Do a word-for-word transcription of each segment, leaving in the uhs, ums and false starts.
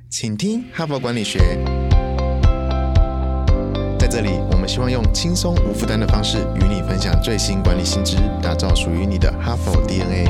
请听哈佛管理学。在这里，我们希望用轻松无负担的方式与你分享最新管理新知，打造属于你的哈佛 D N A。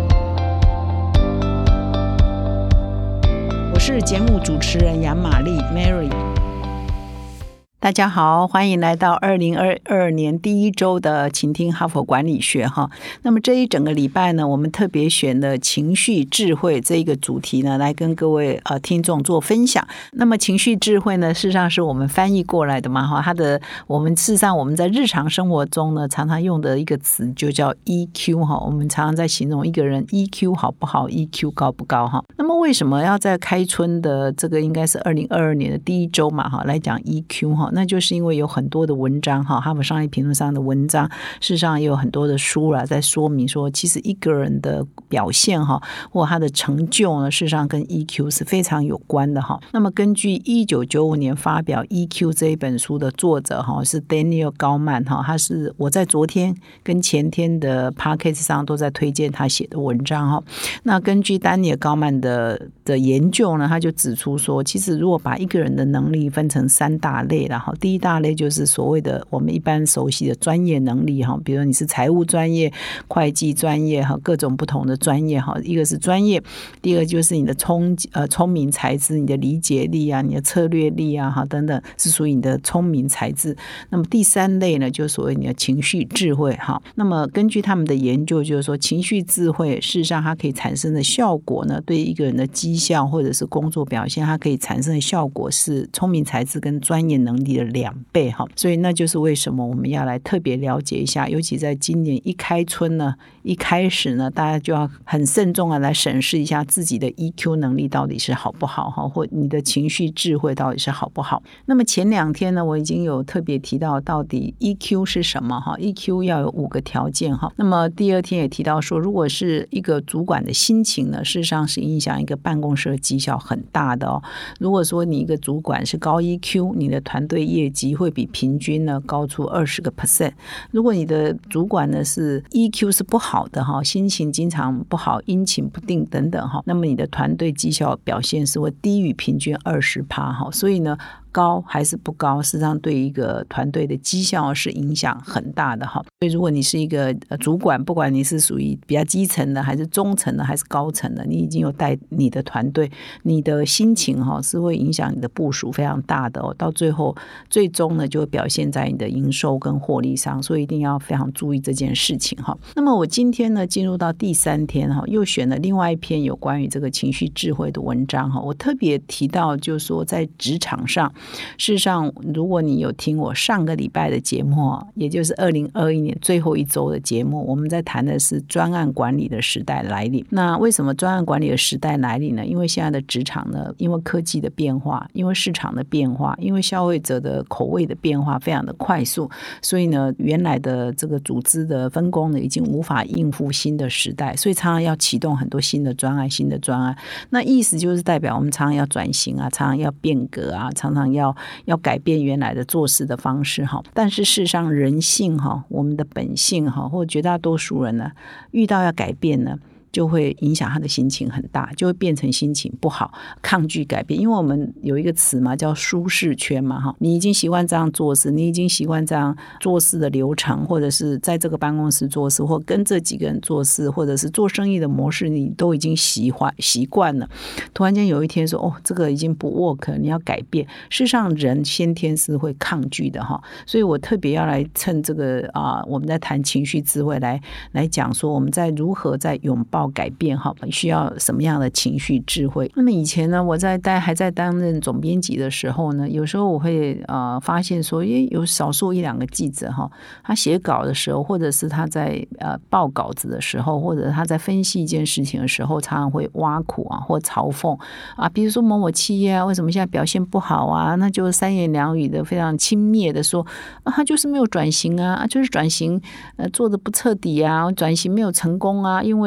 我是节目主持人杨玛丽 Mary。大家好，欢迎来到二零二二年第一周的倾听哈佛管理学哈。那么这一整个礼拜呢，我们特别选了情绪智慧这一个主题呢，来跟各位呃听众做分享。那么情绪智慧呢，事实上是我们翻译过来的嘛哈，它的我们事实上我们在日常生活中呢，常常用的一个词就叫 E Q 哈。我们常常在形容一个人 E Q 好不好 ，E Q 高不高哈。那么为什么要在开春的这个应该是二零二二年的第一周嘛哈，来讲 E Q 哈？那就是因为有很多的文章哈，哈佛商业评论上的文章，事实上也有很多的书啦，在说明说，其实一个人的表现哈，或他的成就呢，事实上跟 E Q 是非常有关的哈。那么根据一九九五年发表 E Q 这一本书的作者哈，是 Daniel 高曼哈，他是我在昨天跟前天的 Podcast 上都在推荐他写的文章哈。那根据 Daniel 高曼的的研究呢，他就指出说，其实如果把一个人的能力分成三大类啦哈，第一大类就是所谓的我们一般熟悉的专业能力哈，比如你是财务专业、会计专业哈，各种不同的专业哈。一个是专业，第二个就是你的聪呃聪明才智、你的理解力啊、你的策略力啊哈等等，是属于你的聪明才智。那么第三类呢，就所谓你的情绪智慧哈。那么根据他们的研究，就是说情绪智慧事实上它可以产生的效果呢，对一个人的绩效或者是工作表现，它可以产生的效果是聪明才智跟专业能力的两倍哈，所以那就是为什么我们要来特别了解一下，尤其在今年一开春呢，一开始呢，大家就要很慎重的来审视一下自己的 E Q 能力到底是好不好哈，或你的情绪智慧到底是好不好。那么前两天呢，我已经有特别提到到底 E Q 是什么哈 ，E Q 要有五个条件哈。那么第二天也提到说，如果是一个主管的心情呢，事实上是影响一个办公室的绩效很大的哦。如果说你一个主管是高 E Q， 你的团队业绩会比平均呢高出二十个 percent。如果你的主管呢是 E Q 是不好的哈，心情经常不好，阴晴不定等等哈，那么你的团队绩效表现是会低于平均二十趴哈。所以呢，高还是不高，事实上对一个团队的绩效是影响很大的哈。所以如果你是一个主管，不管你是属于比较基层的，还是中层的，还是高层的，你已经有带你的团队，你的心情哈是会影响你的部署非常大的哦。到最后，最终呢就会表现在你的营收跟获利上，所以一定要非常注意这件事情哈。那么我今天呢进入到第三天哈，又选了另外一篇有关于这个情绪智慧的文章哈。我特别提到就是说在职场上。事实上，如果你有听我上个礼拜的节目，也就是二零二一年最后一周的节目，我们在谈的是专案管理的时代来临。那为什么专案管理的时代来临呢？因为现在的职场呢，因为科技的变化，因为市场的变化，因为消费者的口味的变化非常的快速，所以呢，原来的这个组织的分工呢，已经无法应付新的时代，所以常常要启动很多新的专案、新的专案。那意思就是代表我们常常要转型啊，常常要变革啊，常常要要改变原来的做事的方式哈。但是事实上人性哈，我们的本性哈，或绝大多数人呢，遇到要改变呢，就会影响他的心情很大，就会变成心情不好，抗拒改变。因为我们有一个词嘛，叫舒适圈嘛哈，你已经习惯这样做事，你已经习惯这样做事的流程，或者是在这个办公室做事，或跟这几个人做事，或者是做生意的模式，你都已经习惯习惯了。突然间有一天说，哦，这个已经不 work， 你要改变。事实上，人先天是会抗拒的哈，所以我特别要来趁这个啊、呃，我们在谈情绪智慧来来讲说，我们在如何在拥抱改变哈，需要什么样的情绪智慧？那么以前呢，我在担还在担任总编辑的时候呢，有时候我会呃发现说，诶，有少数一两个记者哈，他写稿的时候，或者是他在呃报稿子的时候，或者他在分析一件事情的时候，常常会挖苦啊或嘲讽啊，比如说某某企业啊，为什么现在表现不好啊？那就三言两语的非常轻蔑的说啊，他就是没有转型啊，啊就是转型呃做的不彻底啊，转型没有成功啊，因为没有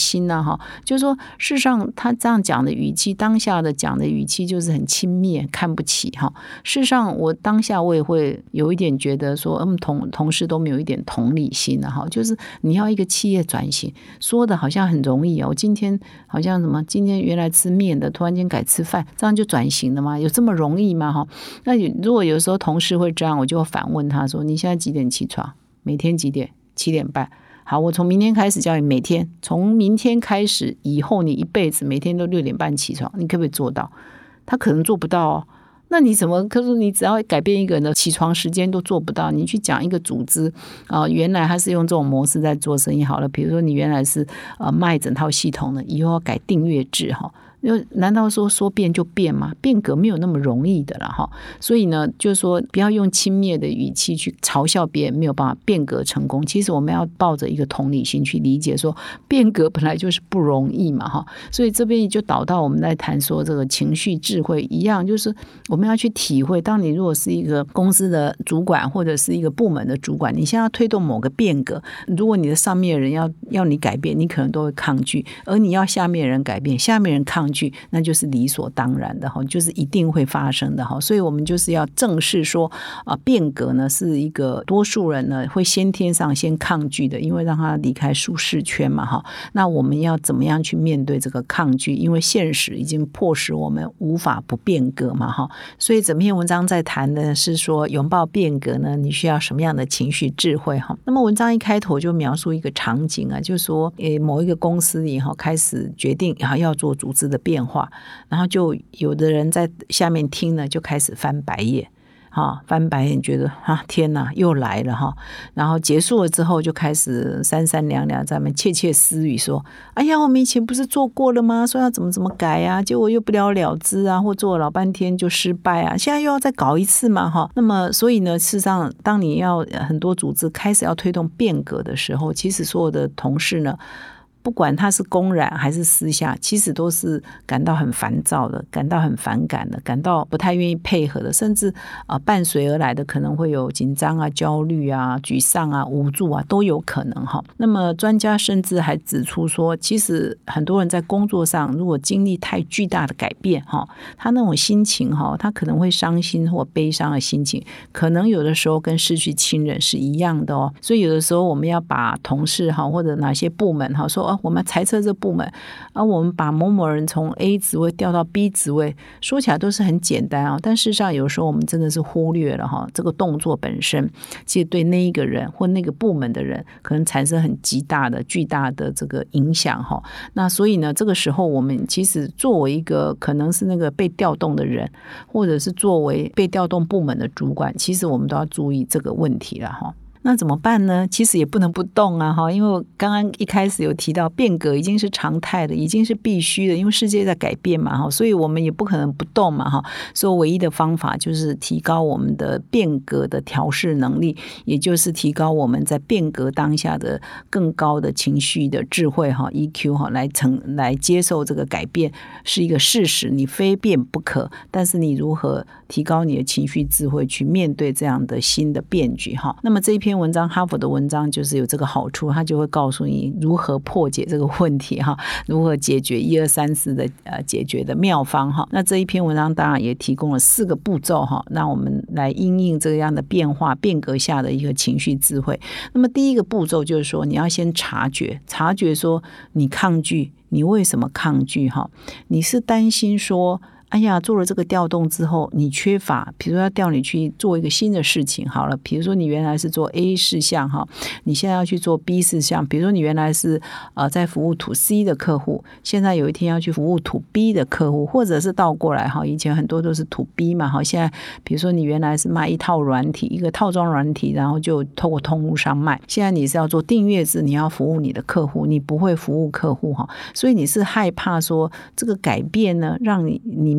心啊哈，就是说事实上他这样讲的语气，当下的讲的语气就是很轻蔑看不起哈。事实上我当下我也会有一点觉得说嗯同同事都没有一点同理心啊哈，就是你要一个企业转型说的好像很容易哦，我今天好像什么今天原来吃面的突然间改吃饭，这样就转型了吗？有这么容易吗哈？那如果有时候同事会这样，我就反问他说你现在几点起床？每天几点？七点半。好，我从明天开始教你每天，从明天开始以后你一辈子每天都六点半起床，你可不可以做到？他可能做不到哦。那你怎么？可是你只要改变一个人的起床时间都做不到，你去讲一个组织啊、呃，原来他是用这种模式在做生意好了，比如说你原来是呃卖整套系统的，以后要改订阅制哈。难道说说变就变吗？变革没有那么容易的了哈，所以呢，就是说不要用轻蔑的语气去嘲笑别人没有办法变革成功。其实我们要抱着一个同理心去理解，说变革本来就是不容易嘛哈。所以这边就导到我们在谈说这个情绪智慧一样，就是我们要去体会，当你如果是一个公司的主管或者是一个部门的主管，你现在要推动某个变革，如果你的上面的人要要你改变，你可能都会抗拒，而你要下面人改变，下面人抗拒。那就是理所当然的，就是一定会发生的。所以我们就是要正视说啊，变革呢是一个多数人呢会先天上先抗拒的，因为让他离开舒适圈嘛哈。那我们要怎么样去面对这个抗拒？因为现实已经迫使我们无法不变革嘛哈。所以整篇文章在谈的是说，拥抱变革呢，你需要什么样的情绪智慧哈？那么文章一开头就描述一个场景啊，就是说，诶，某一个公司里哈开始决定要做组织的变化，然后就有的人在下面听呢，就开始翻白眼。哈，翻白眼觉得啊天哪又来了哈，然后结束了之后就开始三三两两在那边窃窃私语说，哎呀我们以前不是做过了吗？说要怎么怎么改啊，结果又不了了之啊，或做了老半天就失败啊，现在又要再搞一次嘛哈。那么所以呢，事实上当你要很多组织开始要推动变革的时候，其实所有的同事呢，不管他是公然还是私下，其实都是感到很烦躁的，感到很反感的，感到不太愿意配合的，甚至、呃、伴随而来的可能会有紧张啊、焦虑啊、沮丧啊、无助啊，都有可能哈。那么专家甚至还指出说，其实很多人在工作上如果经历太巨大的改变哈，他那种心情哈，他可能会伤心或悲伤的心情，可能有的时候跟失去亲人是一样的哦。所以有的时候我们要把同事哈或者哪些部门哈说、哦我们裁撤这部门，而、啊、我们把某某人从 A 职位调到 B 职位，说起来都是很简单啊，但事实上有时候我们真的是忽略了哈，这个动作本身其实对那一个人或那个部门的人可能产生很极大的巨大的这个影响哈。那所以呢，这个时候我们其实作为一个可能是那个被调动的人，或者是作为被调动部门的主管，其实我们都要注意这个问题了哈。那怎么办呢？其实也不能不动啊，因为我刚刚一开始有提到变革已经是常态的，已经是必须的，因为世界在改变嘛，所以我们也不可能不动嘛，所以唯一的方法就是提高我们的变革的调适能力，也就是提高我们在变革当下的更高的情绪的智慧 E Q 来成来接受这个改变是一个事实，你非变不可，但是你如何提高你的情绪智慧去面对这样的新的变局。那么这一篇文章哈佛的文章就是有这个好处，它就会告诉你如何破解这个问题，如何解决一二三四的解决的妙方。那这一篇文章当然也提供了四个步骤，让我们来因应这样的变化变革下的一个情绪智慧。那么第一个步骤就是说，你要先察觉察觉说你抗拒，你为什么抗拒？你是担心说哎呀，做了这个调动之后你缺乏，比如说要调你去做一个新的事情好了，比如说你原来是做 A 事项哈，你现在要去做 B 事项，比如说你原来是呃在服务 to C 的客户，现在有一天要去服务 to B 的客户，或者是倒过来哈，以前很多都是 to B 嘛哈，现在比如说你原来是卖一套软体，一个套装软体，然后就透过通路上卖，现在你是要做订阅制，你要服务你的客户，你不会服务客户哈，所以你是害怕说这个改变呢，让你你没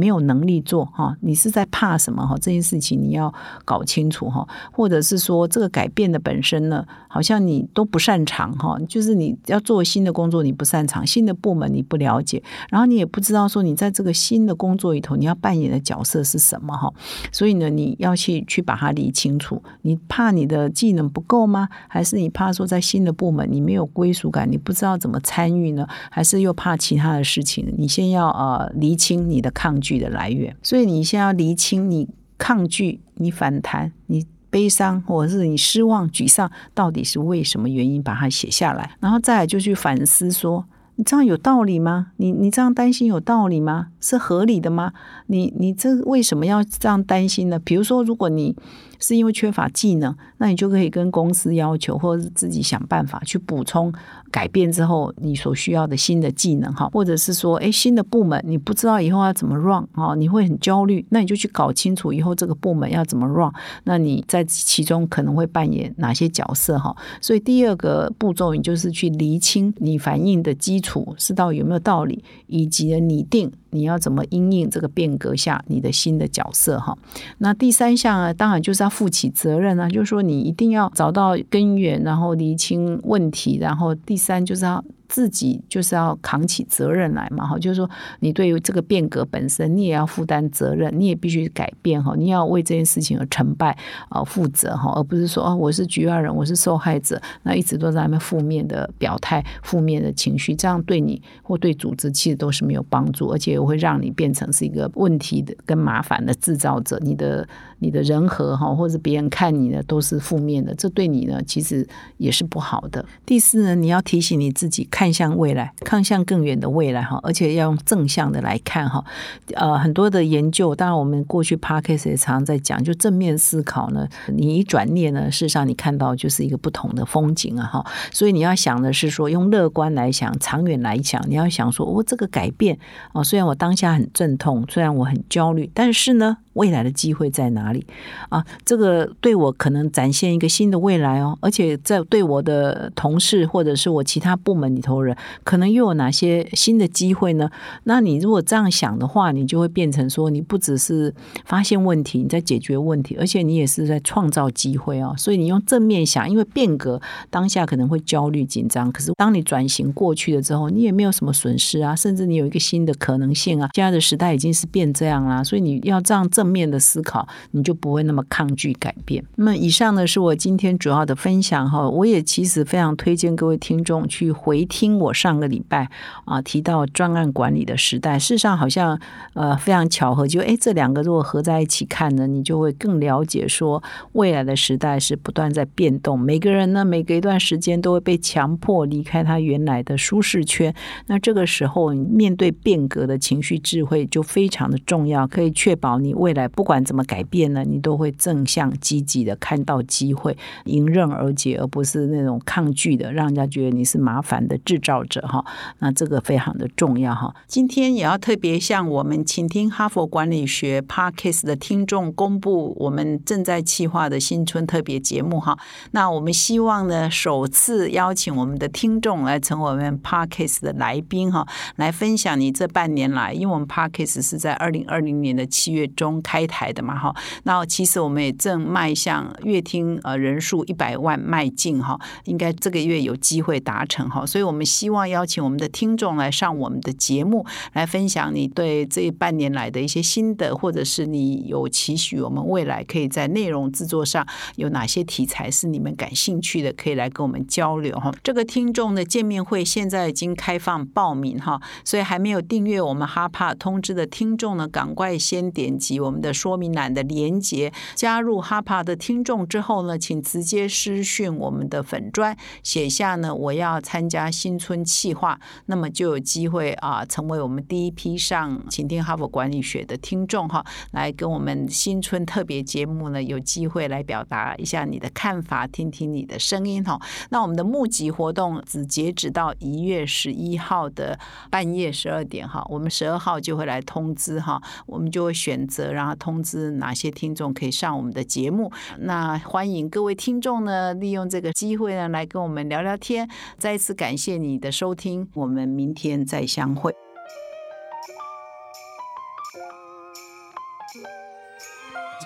没有能力做哈，你是在怕什么哈？这件事情你要搞清楚哈，或者是说这个改变的本身呢，好像你都不擅长哈，就是你要做新的工作你不擅长，新的部门你不了解，然后你也不知道说你在这个新的工作里头你要扮演的角色是什么哈，所以呢你要去去把它理清楚。你怕你的技能不够吗？还是你怕说在新的部门你没有归属感，你不知道怎么参与呢？还是又怕其他的事情？你先要呃厘清你的抗拒的来源。所以你先要厘清你抗拒、你反弹、你悲伤或者是你失望、沮丧到底是为什么原因，把它写下来，然后再来就去反思说，你这样有道理吗？你你这样担心有道理吗？是合理的吗？你你这为什么要这样担心呢？比如说，如果你是因为缺乏技能，那你就可以跟公司要求，或者是自己想办法去补充改变之后你所需要的新的技能哈，或者是说，哎，新的部门你不知道以后要怎么 run 哈，你会很焦虑，那你就去搞清楚以后这个部门要怎么 run， 那你在其中可能会扮演哪些角色哈。所以第二个步骤，你就是去厘清你反应的基础是到底有没有道理，以及拟定你要怎么因应这个变革下你的新的角色哈。那第三项呢，当然就是要负起责任啊，就是说你一定要找到根源，然后厘清问题，然后第三就是要自己就是要扛起责任来嘛，就是说你对于这个变革本身你也要负担责任，你也必须改变，你要为这件事情而成败负责，而不是说哦我是局外人，我是受害者，那一直都在那边负面的表态、负面的情绪，这样对你或对组织其实都是没有帮助，而且也会让你变成是一个问题的跟麻烦的制造者，你的你的人和或者别人看你呢都是负面的，这对你呢其实也是不好的。第四呢，你要提醒你自己看向未来，看向更远的未来，而且要用正向的来看。呃，很多的研究，当然我们过去 Podcast 也常常在讲，就正面思考呢，你一转念呢，事实上你看到就是一个不同的风景啊。所以你要想的是说，用乐观来想，长远来想，你要想说，我、哦、这个改变、哦、虽然我当下很阵痛，虽然我很焦虑，但是呢未来的机会在哪里啊？这个对我可能展现一个新的未来哦，而且在对我的同事或者是我其他部门里头人，可能又有哪些新的机会呢？那你如果这样想的话，你就会变成说，你不只是发现问题，你在解决问题，而且你也是在创造机会哦。所以你用正面想，因为变革当下可能会焦虑紧张，可是当你转型过去了之后，你也没有什么损失啊，甚至你有一个新的可能性啊。现在的时代已经是变这样啦，所以你要这样正面的思考，你就不会那么抗拒改变。那么以上呢是我今天主要的分享哈，我也其实非常推荐各位听众去回听我上个礼拜啊提到专案管理的时代。事实上好像呃非常巧合，就哎这两个如果合在一起看呢，你就会更了解说未来的时代是不断在变动，每个人呢每隔一段时间都会被强迫离开他原来的舒适圈。那这个时候你面对变革的情绪智慧就非常的重要，可以确保你未来不管怎么改变呢，你都会正向积极的看到机会，迎刃而解，而不是那种抗拒的让人家觉得你是麻烦的制造者哈。那这个非常的重要哈。今天也要特别向我们倾听哈佛管理学 Podcast 的听众公布我们正在企划的新春特别节目哈。那我们希望呢首次邀请我们的听众来成为我们 Podcast 的来宾哈，来分享你这半年来，因为我们 Podcast 是在二零二零年的七月中开台的嘛哈，那其实我们也正迈向月听呃人数一百万迈进哈，应该这个月有机会达成哈，所以我们希望邀请我们的听众来上我们的节目，来分享你对这半年来的一些心得，或者是你有期许我们未来可以在内容制作上有哪些题材是你们感兴趣的，可以来跟我们交流哈。这个听众的见面会现在已经开放报名哈，所以还没有订阅我们哈帕通知的听众呢，赶快先点击我们的说明栏的连结，加入哈帕的听众之后呢，请直接私讯我们的粉专，写下呢我要参加新春企划，那么就有机会啊成为我们第一批上倾听哈佛管理学的听众哈，来跟我们新春特别节目呢有机会来表达一下你的看法，听听你的声音哈。那我们的募集活动只截止到一月十一号的半夜十二点哈，我们十二号就会来通知哈，我们就会选择然后通知哪些听众可以上我们的节目。那欢迎各位听众呢利用这个机会呢来跟我们聊聊天。再一次感谢你的收听，我们明天再相会。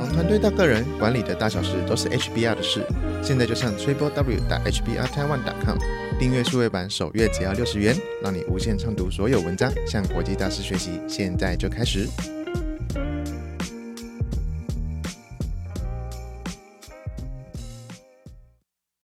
从团队到个人，管理的大小事都是 H B R 的事。现在就上 triple w 点 h b r taiwan 点 com 订阅数位版，首月只要六十元，让你无限畅读所有文章，向国际大师学习。现在就开始。